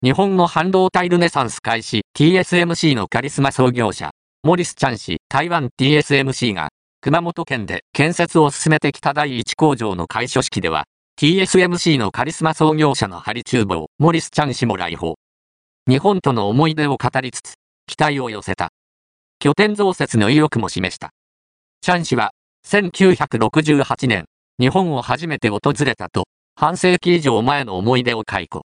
日本の半導体ルネサンス開始 TSMC のカリスマ創業者、モリス・チャン氏、台湾 TSMC が、熊本県で建設を進めてきた第一工場の開所式では、TSMC のカリスマ創業者のハリ厨房、モリス・チャン氏も来訪。日本との思い出を語りつつ、期待を寄せた。拠点増設の意欲も示した。チャン氏は、1968年、日本を初めて訪れたと、半世紀以上前の思い出を回顧。